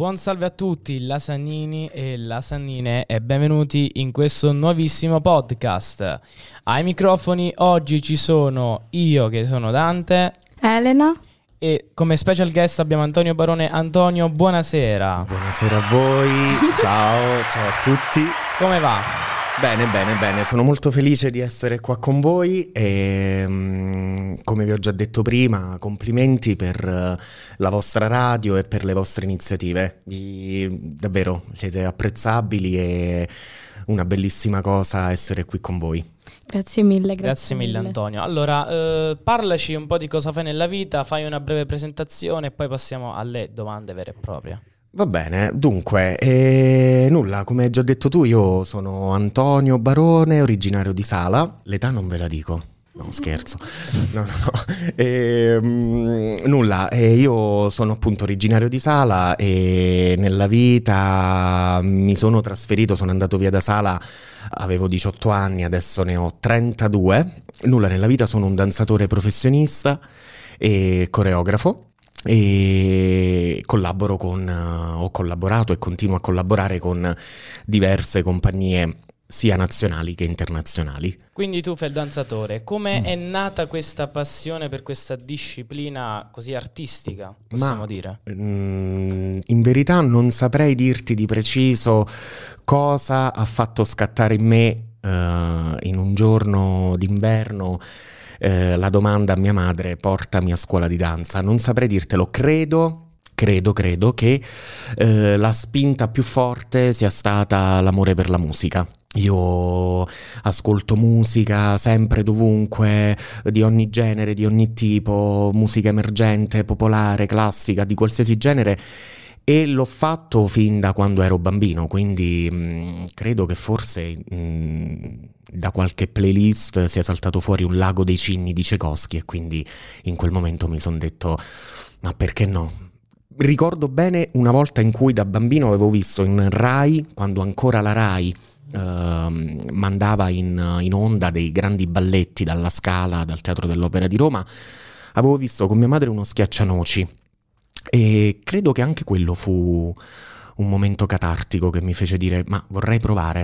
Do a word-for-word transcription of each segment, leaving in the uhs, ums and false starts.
Buon salve a tutti, Lasagnini e Lasagnine, e benvenuti in questo nuovissimo podcast. Ai microfoni oggi ci sono io, che sono Dante, Elena, e come special guest abbiamo Antonio Barone. Antonio, buonasera. Buonasera a voi, ciao, ciao a tutti. Come va? Bene, bene, bene, sono molto felice di essere qua con voi e um, come vi ho già detto prima, complimenti per uh, la vostra radio e per le vostre iniziative. Vi, davvero siete apprezzabili e una bellissima cosa essere qui con voi. Grazie mille, grazie, grazie mille, mille Antonio. Allora, eh, parlaci un po' di cosa fai nella vita, fai una breve presentazione e poi passiamo alle domande vere e proprie. Va bene, dunque, eh, nulla, come hai già detto tu, io sono Antonio Barone, originario di Sala, l'età non ve la dico, no scherzo, no no no, eh, mh, nulla, eh, io sono appunto originario di Sala e nella vita mi sono trasferito, sono andato via da Sala, avevo diciotto anni, adesso ne ho trentadue, nulla, nella vita sono un danzatore professionista e coreografo. E collaboro con, ho collaborato e continuo a collaborare con diverse compagnie sia nazionali che internazionali. Quindi tu fai il danzatore. Come Mm. è nata questa passione per questa disciplina così artistica, possiamo Ma, dire? mm, in verità non saprei dirti di preciso cosa ha fatto scattare in me uh, in un giorno d'inverno Eh, la domanda a mia madre: portami a scuola di danza. Non saprei dirtelo, credo, credo, credo che eh, la spinta più forte sia stata l'amore per la musica. Io ascolto musica sempre, dovunque, di ogni genere, di ogni tipo, musica emergente, popolare, classica, di qualsiasi genere. E l'ho fatto fin da quando ero bambino, quindi mh, credo che forse mh, da qualche playlist sia saltato fuori un Lago dei Cigni di Tchaikovsky e quindi in quel momento mi sono detto, ma perché no? Ricordo bene una volta in cui da bambino avevo visto in Rai, quando ancora la Rai uh, mandava in, in onda dei grandi balletti dalla Scala, dal Teatro dell'Opera di Roma, avevo visto con mia madre uno Schiaccianoci. E credo che anche quello fu un momento catartico che mi fece dire, ma vorrei provare.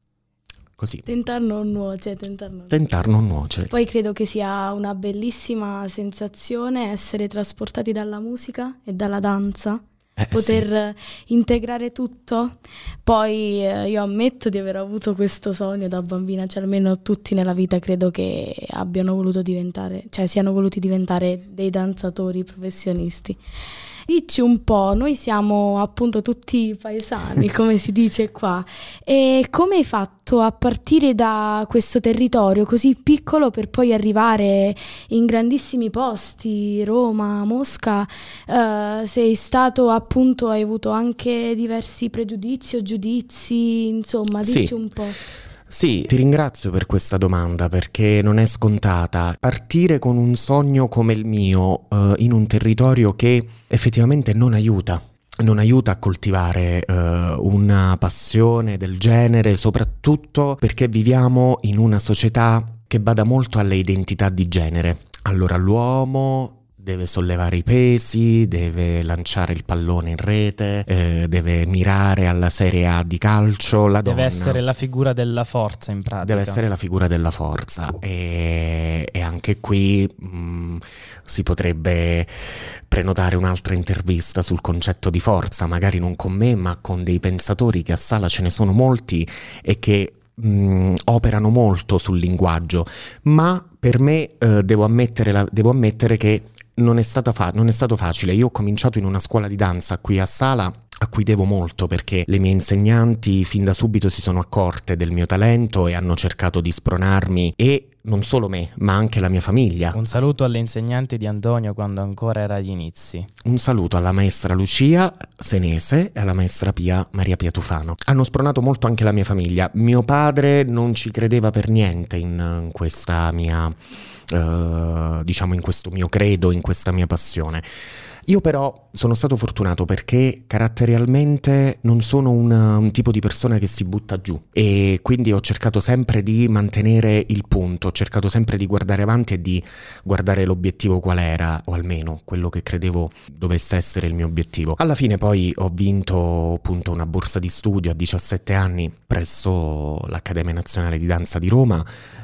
Così. Tentar non nuoce, tentar non... Tentar non nuoce. Poi credo che sia una bellissima sensazione essere trasportati dalla musica e dalla danza, Eh, poter sì. integrare tutto. Poi eh, io ammetto di aver avuto questo sogno da bambina, cioè almeno tutti nella vita credo che abbiano voluto diventare, cioè siano voluti diventare dei danzatori professionisti. Dici un po', noi siamo appunto tutti paesani, come si dice qua, e come hai fatto a partire da questo territorio così piccolo per poi arrivare in grandissimi posti, Roma, Mosca? Uh, sei stato appunto, hai avuto anche diversi pregiudizi o giudizi, insomma, dici Sì. un po'. Sì, ti ringrazio per questa domanda perché non è scontata. Partire con un sogno come il mio uh, in un territorio che effettivamente non aiuta, non aiuta a coltivare uh, una passione del genere, soprattutto perché viviamo in una società che bada molto alle identità di genere. Allora l'uomo deve sollevare i pesi, deve lanciare il pallone in rete, eh, deve mirare alla Serie A di calcio, la deve donna essere la figura della forza, in pratica. deve essere la figura della forza e, e anche qui mh, si potrebbe prenotare un'altra intervista sul concetto di forza, magari non con me ma con dei pensatori che a Sala ce ne sono molti e che mh, operano molto sul linguaggio, ma per me eh, devo ammettere, la, devo ammettere che Non è, stata fa- non è stato facile. Io ho cominciato in una scuola di danza qui a Sala, a cui devo molto perché le mie insegnanti fin da subito si sono accorte del mio talento e hanno cercato di spronarmi, e non solo me, ma anche la mia famiglia. Un saluto alle insegnanti di Antonio quando ancora era agli inizi. Un saluto alla maestra Lucia Senese e alla maestra Pia Maria Pia Tufano. Hanno spronato molto anche la mia famiglia. Mio padre non ci credeva per niente in questa mia eh, diciamo in questo mio credo, in questa mia passione. Io però sono stato fortunato perché caratterialmente non sono un, un tipo di persona che si butta giù, e quindi ho cercato sempre di mantenere il punto, ho cercato sempre di guardare avanti e di guardare l'obiettivo qual era, o almeno quello che credevo dovesse essere il mio obiettivo. Alla fine poi ho vinto appunto una borsa di studio a diciassette anni presso l'Accademia Nazionale di Danza di Roma,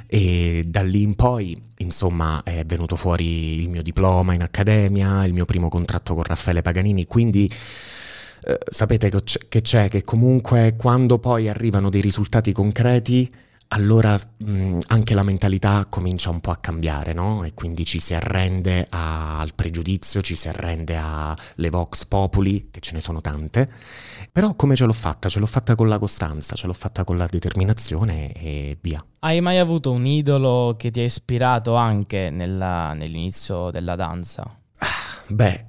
e da lì in poi insomma è venuto fuori il mio diploma in accademia, il mio primo contratto con Raffaele Paganini, quindi eh, sapete che c'è, che c'è che comunque quando poi arrivano dei risultati concreti, allora mh, anche la mentalità comincia un po' a cambiare, no? E quindi ci si arrende a, al pregiudizio, ci si arrende alle vox populi, che ce ne sono tante. Però come ce l'ho fatta? Ce l'ho fatta con la costanza, ce l'ho fatta con la determinazione e via. Hai mai avuto un idolo che ti ha ispirato anche nella, nell'inizio della danza? Beh,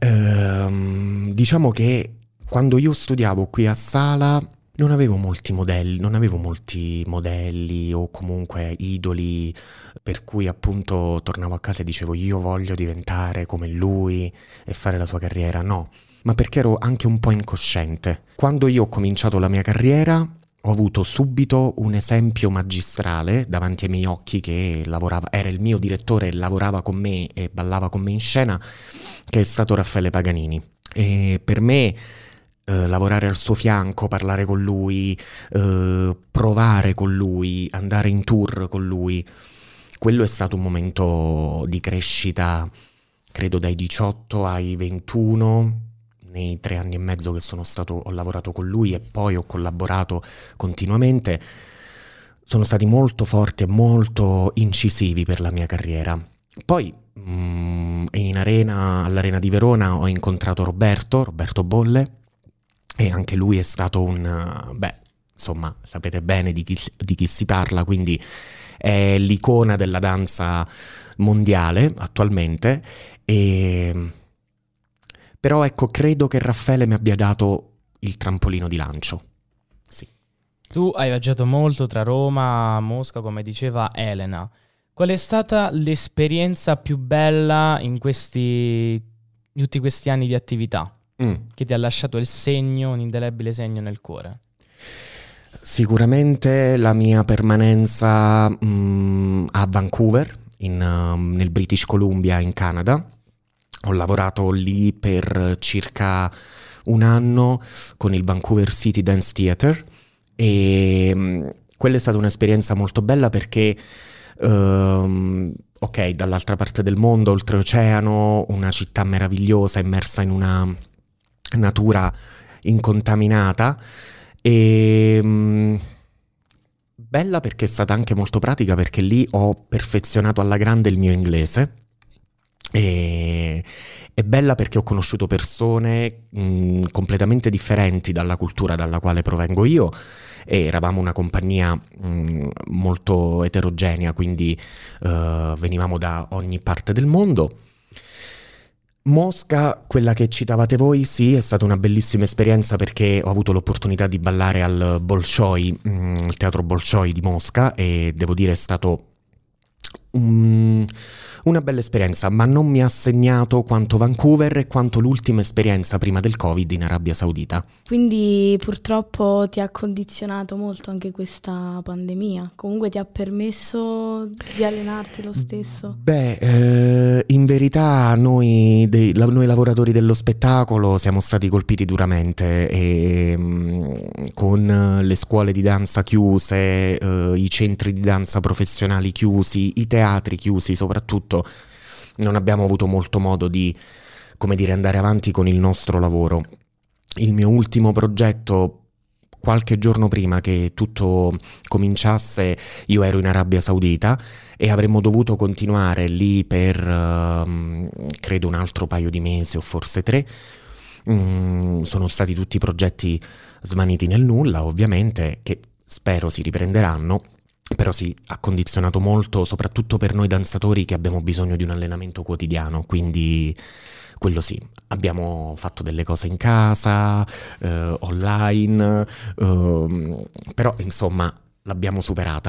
ehm, diciamo che quando io studiavo qui a Sala non avevo molti modelli, non avevo molti modelli o comunque idoli per cui appunto tornavo a casa e dicevo io voglio diventare come lui e fare la sua carriera, no, ma perché ero anche un po' incosciente. Quando io ho cominciato la mia carriera ho avuto subito un esempio magistrale davanti ai miei occhi, che lavorava, era il mio direttore, lavorava con me e ballava con me in scena, che è stato Raffaele Paganini. E per me eh, lavorare al suo fianco, parlare con lui, eh, provare con lui, andare in tour con lui, quello è stato un momento di crescita, credo dai diciotto ai ventuno, nei tre anni e mezzo che sono stato, ho lavorato con lui e poi ho collaborato continuamente, sono stati molto forti e molto incisivi per la mia carriera. Poi mh, in arena, all'Arena di Verona ho incontrato Roberto, Roberto Bolle, e anche lui è stato un, beh, insomma, sapete bene di chi, di chi si parla, quindi è l'icona della danza mondiale attualmente, e però ecco, credo che Raffaele mi abbia dato il trampolino di lancio. Sì. Tu hai viaggiato molto tra Roma, Mosca, come diceva Elena. Qual è stata l'esperienza più bella in questi in tutti questi anni di attività mm. che ti ha lasciato il segno, un indelebile segno nel cuore? Sicuramente la mia permanenza mh, a Vancouver, in, uh, nel British Columbia, in Canada. Ho lavorato lì per circa un anno con il Vancouver City Dance Theatre, e mh, quella è stata un'esperienza molto bella perché um, ok, dall'altra parte del mondo, oltreoceano, una città meravigliosa immersa in una natura incontaminata, e mh, bella perché è stata anche molto pratica, perché lì ho perfezionato alla grande il mio inglese. E è bella perché ho conosciuto persone mh, completamente differenti dalla cultura dalla quale provengo io, e eravamo una compagnia mh, molto eterogenea, quindi uh, venivamo da ogni parte del mondo. Mosca, quella che citavate voi, sì, è stata una bellissima esperienza perché ho avuto l'opportunità di ballare al Bolshoi, mh, il teatro Bolshoi di Mosca, e devo dire è stato un... una bella esperienza, ma non mi ha segnato quanto Vancouver e quanto l'ultima esperienza prima del Covid in Arabia Saudita. Quindi purtroppo ti ha condizionato molto anche questa pandemia? Comunque ti ha permesso di allenarti lo stesso? Beh, eh, in verità noi, dei, la, noi lavoratori dello spettacolo siamo stati colpiti duramente, e mh, con le scuole di danza chiuse, eh, i centri di danza professionali chiusi, i teatri chiusi soprattutto, non abbiamo avuto molto modo di, come dire, andare avanti con il nostro lavoro. Il mio ultimo progetto, qualche giorno prima che tutto cominciasse, io ero in Arabia Saudita e avremmo dovuto continuare lì per uh, credo un altro paio di mesi o forse tre. Mm, sono stati tutti progetti svaniti nel nulla, ovviamente, che spero si riprenderanno. Però sì, ha condizionato molto, soprattutto per noi danzatori che abbiamo bisogno di un allenamento quotidiano, quindi quello sì, abbiamo fatto delle cose in casa, eh, online, eh, però insomma l'abbiamo superata.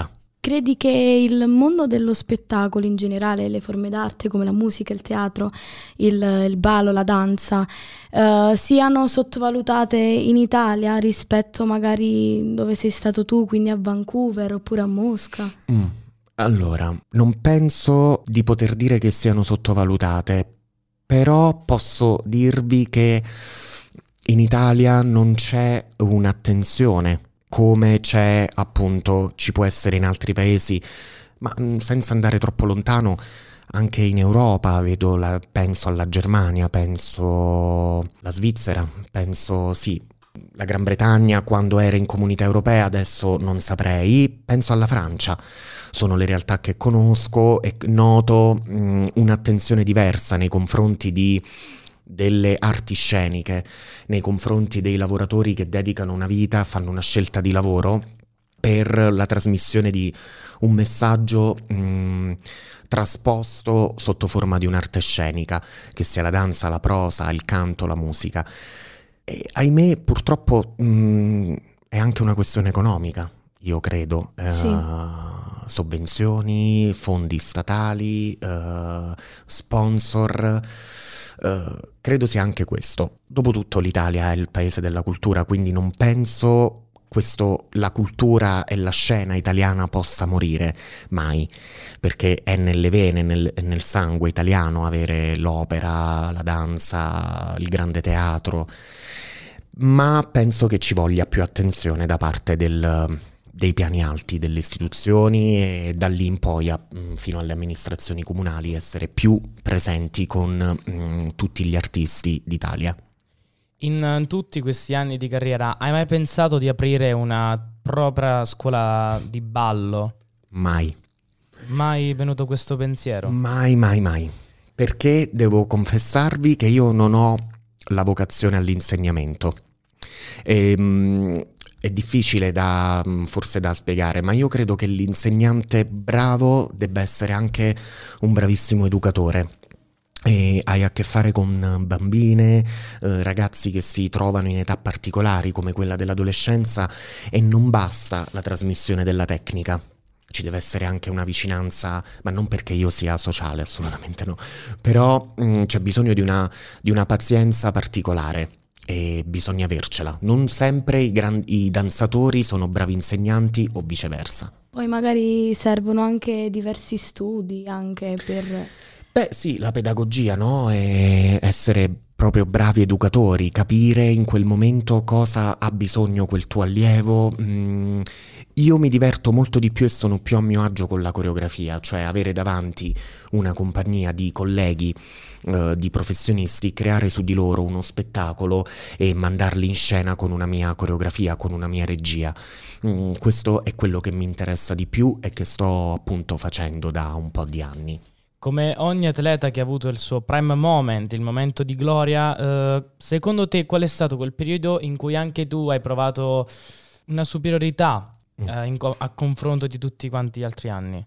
credi che il mondo dello spettacolo in generale, le forme d'arte come la musica, il teatro, il, il ballo, la danza, eh, siano sottovalutate in Italia rispetto magari dove sei stato tu, quindi a Vancouver oppure a Mosca? Mm. Allora, non penso di poter dire che siano sottovalutate, però posso dirvi che in Italia non c'è un'attenzione come c'è, appunto, ci può essere in altri paesi, ma mh, senza andare troppo lontano, anche in Europa, vedo la, penso alla Germania, penso alla Svizzera, penso sì, la Gran Bretagna quando era in Comunità Europea, adesso non saprei, penso alla Francia. Sono le realtà che conosco e noto mh, un'attenzione diversa nei confronti di delle arti sceniche, nei confronti dei lavoratori che dedicano una vita, fanno una scelta di lavoro per la trasmissione di un messaggio mh, trasposto sotto forma di un'arte scenica, che sia la danza, la prosa, il canto, la musica. E, ahimè, purtroppo mh, è anche una questione economica, io credo. Sì. Uh, sovvenzioni, fondi statali, uh, sponsor, uh, credo sia anche questo. Dopotutto l'Italia è il paese della cultura, quindi non penso questo, la cultura e la scena italiana possa morire mai, perché è nelle vene, nel, nel sangue italiano avere l'opera, la danza, il grande teatro, ma penso che ci voglia più attenzione da parte del... dei piani alti delle istituzioni e da lì in poi a, fino alle amministrazioni comunali essere più presenti con mh, tutti gli artisti d'Italia. In tutti questi anni di carriera hai mai pensato di aprire una propria scuola di ballo? Mai. Mai venuto questo pensiero? Mai, mai, mai. Perché devo confessarvi che io non ho la vocazione all'insegnamento. E, mh, È difficile da forse da spiegare, ma io credo che l'insegnante bravo debba essere anche un bravissimo educatore. E hai a che fare con bambine, eh, ragazzi che si trovano in età particolari come quella dell'adolescenza e non basta la trasmissione della tecnica. Ci deve essere anche una vicinanza, ma non perché io sia sociale, assolutamente no. Però mh, c'è bisogno di una, di una pazienza particolare. E bisogna avercela. Non sempre i, gran- i danzatori sono bravi insegnanti o viceversa. Poi magari servono anche diversi studi anche per... Beh sì, la pedagogia, no? E essere proprio bravi educatori, capire in quel momento cosa ha bisogno quel tuo allievo. Mm, io mi diverto molto di più e sono più a mio agio con la coreografia, cioè avere davanti una compagnia di colleghi, eh, di professionisti, creare su di loro uno spettacolo e mandarli in scena con una mia coreografia, con una mia regia. Mm, questo è quello che mi interessa di più e che sto appunto facendo da un po' di anni. Come ogni atleta che ha avuto il suo prime moment, il momento di gloria, eh, secondo te qual è stato quel periodo in cui anche tu hai provato una superiorità eh, in co- a confronto di tutti quanti gli altri anni?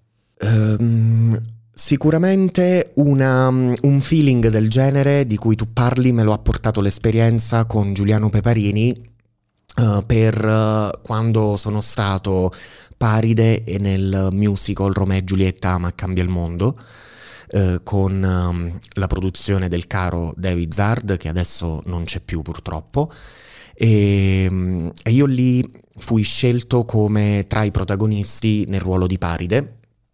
Um, sicuramente una, un feeling del genere di cui tu parli me lo ha portato l'esperienza con Giuliano Peparini uh, per uh, quando sono stato Paride e nel musical Romeo e Giulietta ma cambia il mondo. Uh, con um, la produzione del caro David Zard, che adesso non c'è più purtroppo, e, um, e io lì fui scelto come tra i protagonisti nel ruolo di Paride,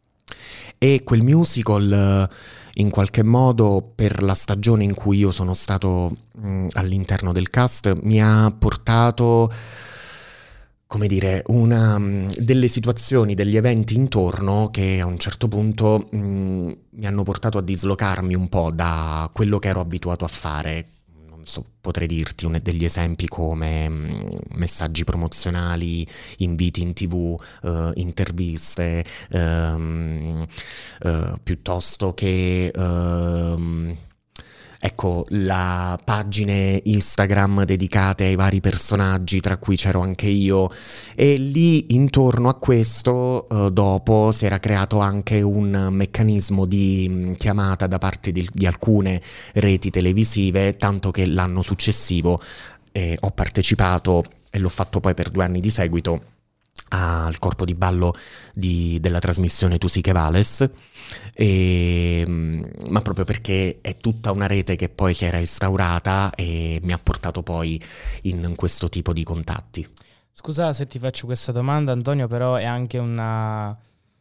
e quel musical uh, in qualche modo per la stagione in cui io sono stato um, all'interno del cast mi ha portato, come dire, una delle situazioni, degli eventi intorno che a un certo punto mh, mi hanno portato a dislocarmi un po' da quello che ero abituato a fare. Non so, potrei dirti un, degli esempi come mh, messaggi promozionali, inviti in tv, uh, interviste, um, uh, piuttosto che... Uh, Ecco, la pagine Instagram dedicate ai vari personaggi, tra cui c'ero anche io, e lì intorno a questo, eh, dopo, si era creato anche un meccanismo di mh, chiamata da parte di, di alcune reti televisive, tanto che l'anno successivo eh, ho partecipato, e l'ho fatto poi per due anni di seguito, al corpo di ballo di, della trasmissione Tu sì che vales, e, ma proprio perché è tutta una rete che poi si era instaurata e mi ha portato poi in questo tipo di contatti. Scusa se ti faccio questa domanda, Antonio, però è anche una,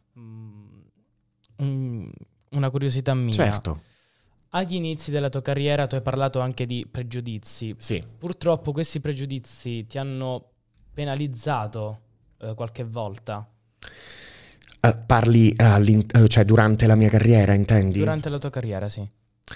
un, una curiosità mia. Certo. Agli inizi della tua carriera tu hai parlato anche di pregiudizi. Sì. Purtroppo questi pregiudizi ti hanno penalizzato eh, qualche volta? Uh, parli uh, cioè durante la mia carriera, intendi? Durante la tua carriera, sì.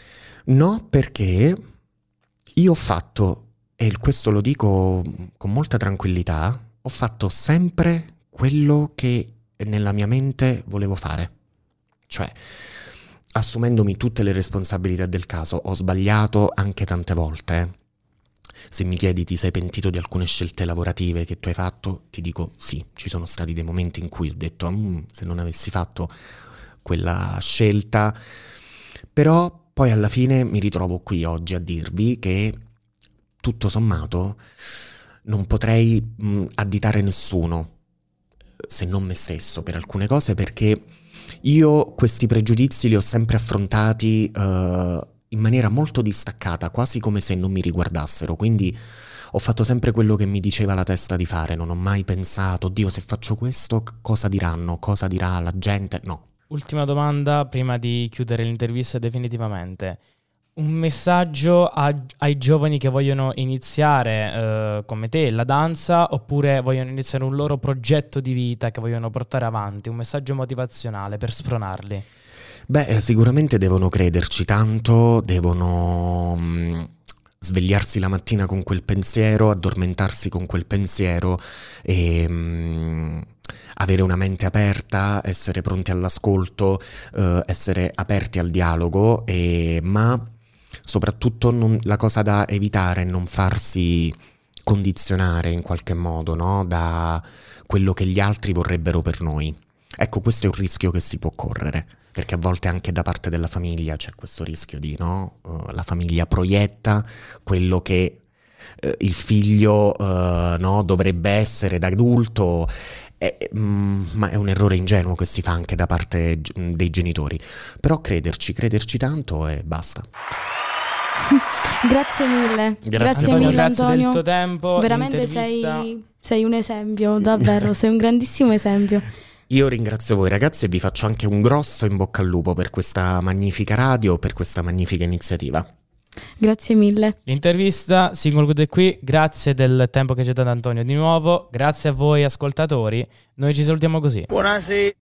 No, perché io ho fatto, e questo lo dico con molta tranquillità, ho fatto sempre quello che nella mia mente volevo fare. Cioè, assumendomi tutte le responsabilità del caso, ho sbagliato anche tante volte. Se mi chiedi ti sei pentito di alcune scelte lavorative che tu hai fatto, ti dico sì, ci sono stati dei momenti in cui ho detto mm, se non avessi fatto quella scelta, però poi alla fine mi ritrovo qui oggi a dirvi che tutto sommato non potrei mh, additare nessuno se non me stesso per alcune cose, perché io questi pregiudizi li ho sempre affrontati uh, in maniera molto distaccata, quasi come se non mi riguardassero, quindi ho fatto sempre quello che mi diceva la testa di fare, non ho mai pensato, Dio, se faccio questo cosa diranno, cosa dirà la gente, no. Ultima domanda prima di chiudere l'intervista definitivamente. Un messaggio a, ai giovani che vogliono iniziare eh, come te la danza, oppure vogliono iniziare un loro progetto di vita che vogliono portare avanti, un messaggio motivazionale per spronarli? Beh, sicuramente devono crederci tanto, devono mh, svegliarsi la mattina con quel pensiero, addormentarsi con quel pensiero e mh, avere una mente aperta, essere pronti all'ascolto, eh, essere aperti al dialogo, e, ma soprattutto non, la cosa da evitare è non farsi condizionare in qualche modo, no? Da quello che gli altri vorrebbero per noi. Ecco, questo è un rischio che si può correre, perché a volte anche da parte della famiglia c'è questo rischio di, no? Uh, la famiglia proietta quello che uh, il figlio uh, no, dovrebbe essere da adulto, è, mm, ma è un errore ingenuo che si fa anche da parte g- dei genitori. Però crederci, crederci tanto e basta. Grazie mille. Grazie, grazie Antonio, mille grazie Antonio. del tuo tempo. Veramente sei, sei un esempio, davvero, sei un grandissimo esempio. Io ringrazio voi ragazzi e vi faccio anche un grosso in bocca al lupo per questa magnifica radio, per questa magnifica iniziativa. Grazie mille. L'intervista si conclude qui, grazie del tempo che ci ha dato Antonio di nuovo, grazie a voi ascoltatori, noi ci salutiamo così. Buonasera.